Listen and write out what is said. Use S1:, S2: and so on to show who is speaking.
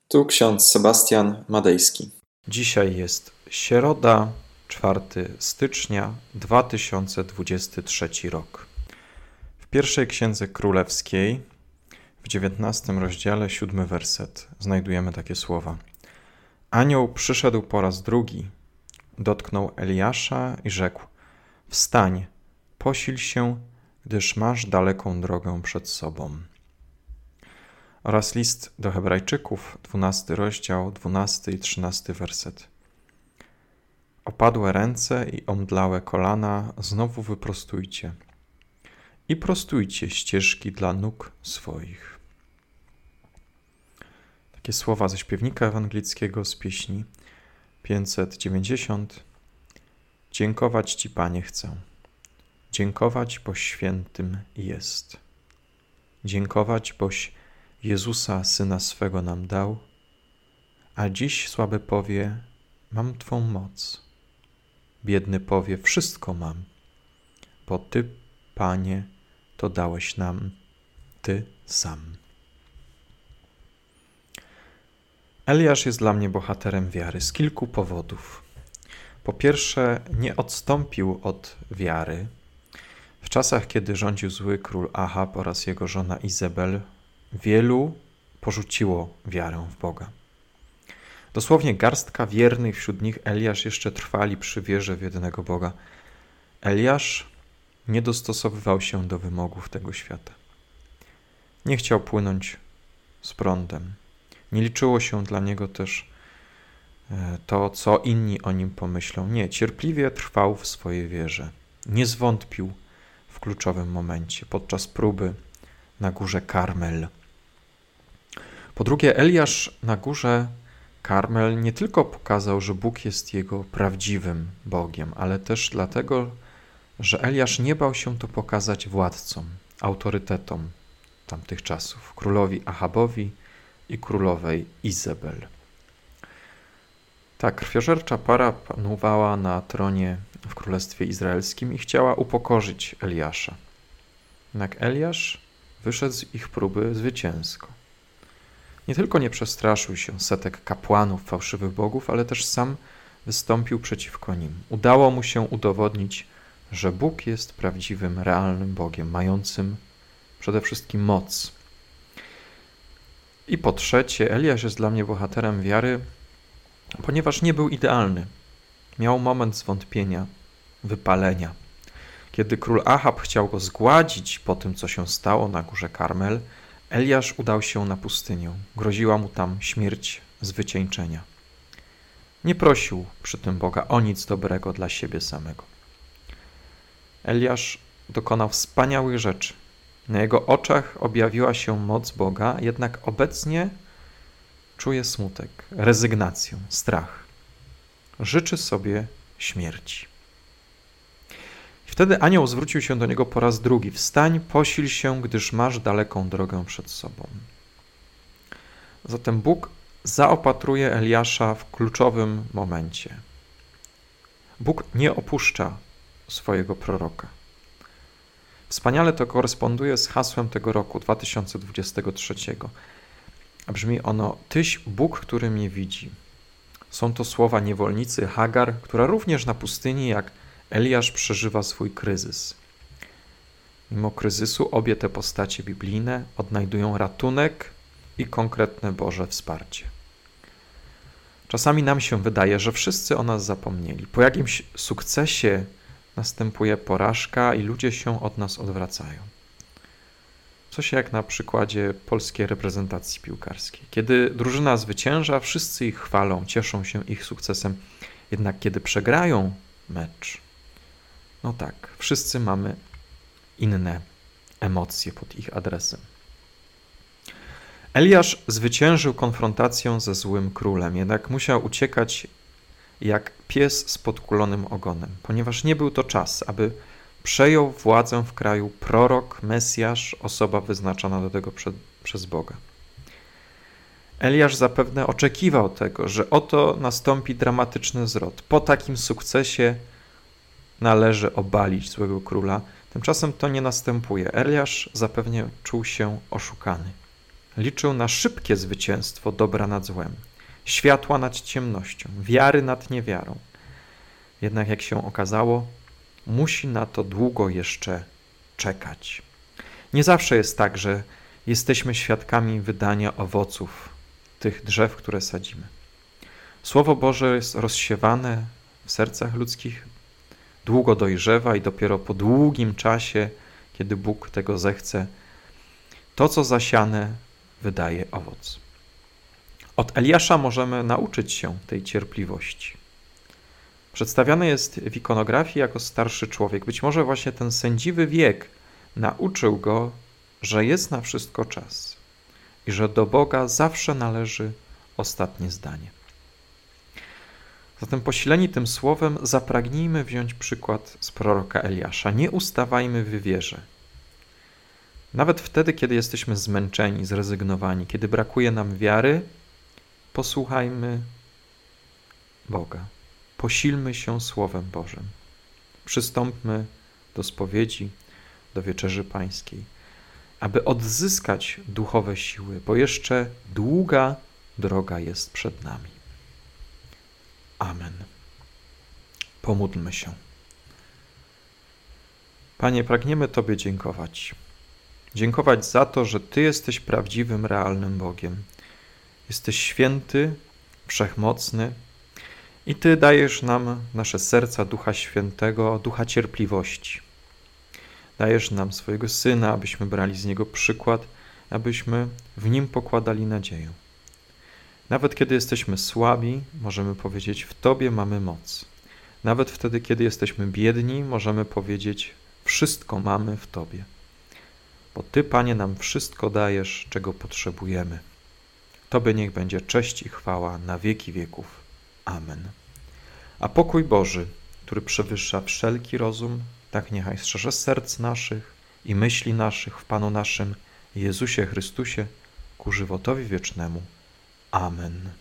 S1: Tu ksiądz Sebastian Madejski.
S2: Dzisiaj jest środa, 4 stycznia 2023 rok. W pierwszej Księdze Królewskiej, w 19 rozdziale, 7 werset, znajdujemy takie słowa. Anioł przyszedł po raz drugi, dotknął Eliasza i rzekł: Wstań, posil się, gdyż masz daleką drogę przed sobą. Oraz list do Hebrajczyków, 12 rozdział, 12 i 13 werset. Opadłe ręce i omdlałe kolana znowu wyprostujcie i prostujcie ścieżki dla nóg swoich. Takie słowa ze śpiewnika ewangelickiego z pieśni 590. Dziękować Ci, Panie, chcę. Dziękować, bo świętym jest. Dziękować, boś Jezusa, Syna swego nam dał, a dziś słaby powie, mam Twą moc. Biedny powie, wszystko mam, bo Ty, Panie, to dałeś nam, Ty sam. Eliasz jest dla mnie bohaterem wiary z kilku powodów. Po pierwsze, nie odstąpił od wiary. W czasach, kiedy rządził zły król Ahab oraz jego żona Izabel, wielu porzuciło wiarę w Boga. Dosłownie garstka wiernych, wśród nich Eliasz, jeszcze trwali przy wierze w jedynego Boga. Eliasz nie dostosowywał się do wymogów tego świata. Nie chciał płynąć z prądem. Nie liczyło się dla niego też to, co inni o nim pomyślą. Nie, cierpliwie trwał w swojej wierze. Nie zwątpił w kluczowym momencie, podczas próby na górze Karmel. Po drugie, Eliasz na górze Karmel nie tylko pokazał, że Bóg jest jego prawdziwym Bogiem, ale też dlatego, że Eliasz nie bał się to pokazać władcom, autorytetom tamtych czasów, królowi Ahabowi i królowej Izabel. Ta krwiożercza para panowała na tronie w Królestwie Izraelskim i chciała upokorzyć Eliasza. Jednak Eliasz wyszedł z ich próby zwycięsko. Nie tylko nie przestraszył się setek kapłanów, fałszywych bogów, ale też sam wystąpił przeciwko nim. Udało mu się udowodnić, że Bóg jest prawdziwym, realnym Bogiem, mającym przede wszystkim moc. I po trzecie, Eliasz jest dla mnie bohaterem wiary, ponieważ nie był idealny. Miał moment zwątpienia, wypalenia. Kiedy król Ahab chciał go zgładzić po tym, co się stało na górze Karmel, Eliasz udał się na pustynię. Groziła mu tam śmierć z wycieńczenia. Nie prosił przy tym Boga o nic dobrego dla siebie samego. Eliasz dokonał wspaniałych rzeczy. Na jego oczach objawiła się moc Boga, jednak obecnie czuje smutek, rezygnację, strach. Życzy sobie śmierci. I wtedy anioł zwrócił się do niego po raz drugi. Wstań, posil się, gdyż masz daleką drogę przed sobą. Zatem Bóg zaopatruje Eliasza w kluczowym momencie. Bóg nie opuszcza swojego proroka. Wspaniale to koresponduje z hasłem tego roku, 2023. Brzmi ono: Tyś Bóg, który mnie widzi. Są to słowa niewolnicy Hagar, która również na pustyni, jak Eliasz, przeżywa swój kryzys. Mimo kryzysu obie te postacie biblijne odnajdują ratunek i konkretne Boże wsparcie. Czasami nam się wydaje, że wszyscy o nas zapomnieli. Po jakimś sukcesie następuje porażka i ludzie się od nas odwracają. Coś jak na przykładzie polskiej reprezentacji piłkarskiej. Kiedy drużyna zwycięża, wszyscy ich chwalą, cieszą się ich sukcesem. Jednak kiedy przegrają mecz, no tak, wszyscy mamy inne emocje pod ich adresem. Eliasz zwyciężył konfrontację ze złym królem, jednak musiał uciekać jak pies z podkulonym ogonem, ponieważ nie był to czas, aby przejął władzę w kraju prorok, Mesjasz, osoba wyznaczona do tego przez Boga. Eliasz zapewne oczekiwał tego, że oto nastąpi dramatyczny zwrot. Po takim sukcesie należy obalić złego króla. Tymczasem to nie następuje. Eliasz zapewne czuł się oszukany. liczył na szybkie zwycięstwo dobra nad złem, światła nad ciemnością, wiary nad niewiarą. Jednak jak się okazało, musi na to długo jeszcze czekać. Nie zawsze jest tak, że jesteśmy świadkami wydania owoców tych drzew, które sadzimy. Słowo Boże jest rozsiewane w sercach ludzkich, długo dojrzewa i dopiero po długim czasie, kiedy Bóg tego zechce, to, co zasiane, wydaje owoc. Od Eliasza możemy nauczyć się tej cierpliwości. Przedstawiany jest w ikonografii jako starszy człowiek. Być może właśnie ten sędziwy wiek nauczył go, że jest na wszystko czas i że do Boga zawsze należy ostatnie zdanie. Zatem posileni tym słowem zapragnijmy wziąć przykład z proroka Eliasza. Nie ustawajmy w wierze. Nawet wtedy, kiedy jesteśmy zmęczeni, zrezygnowani, kiedy brakuje nam wiary, posłuchajmy Boga. Posilmy się Słowem Bożym. Przystąpmy do spowiedzi, do wieczerzy pańskiej, aby odzyskać duchowe siły, bo jeszcze długa droga jest przed nami. Amen. Pomódlmy się. Panie, pragniemy Tobie dziękować. Dziękować za to, że Ty jesteś prawdziwym, realnym Bogiem. Jesteś święty, wszechmocny i Ty dajesz nam nasze serca Ducha Świętego, Ducha cierpliwości. Dajesz nam swojego Syna, abyśmy brali z Niego przykład, abyśmy w Nim pokładali nadzieję. Nawet kiedy jesteśmy słabi, możemy powiedzieć, w Tobie mamy moc. Nawet wtedy, kiedy jesteśmy biedni, możemy powiedzieć, wszystko mamy w Tobie. Bo Ty, Panie, nam wszystko dajesz, czego potrzebujemy. Tobie niech będzie cześć i chwała na wieki wieków. Amen. A pokój Boży, który przewyższa wszelki rozum, tak niechaj strzeże serc naszych i myśli naszych w Panu naszym Jezusie Chrystusie ku żywotowi wiecznemu. Amen.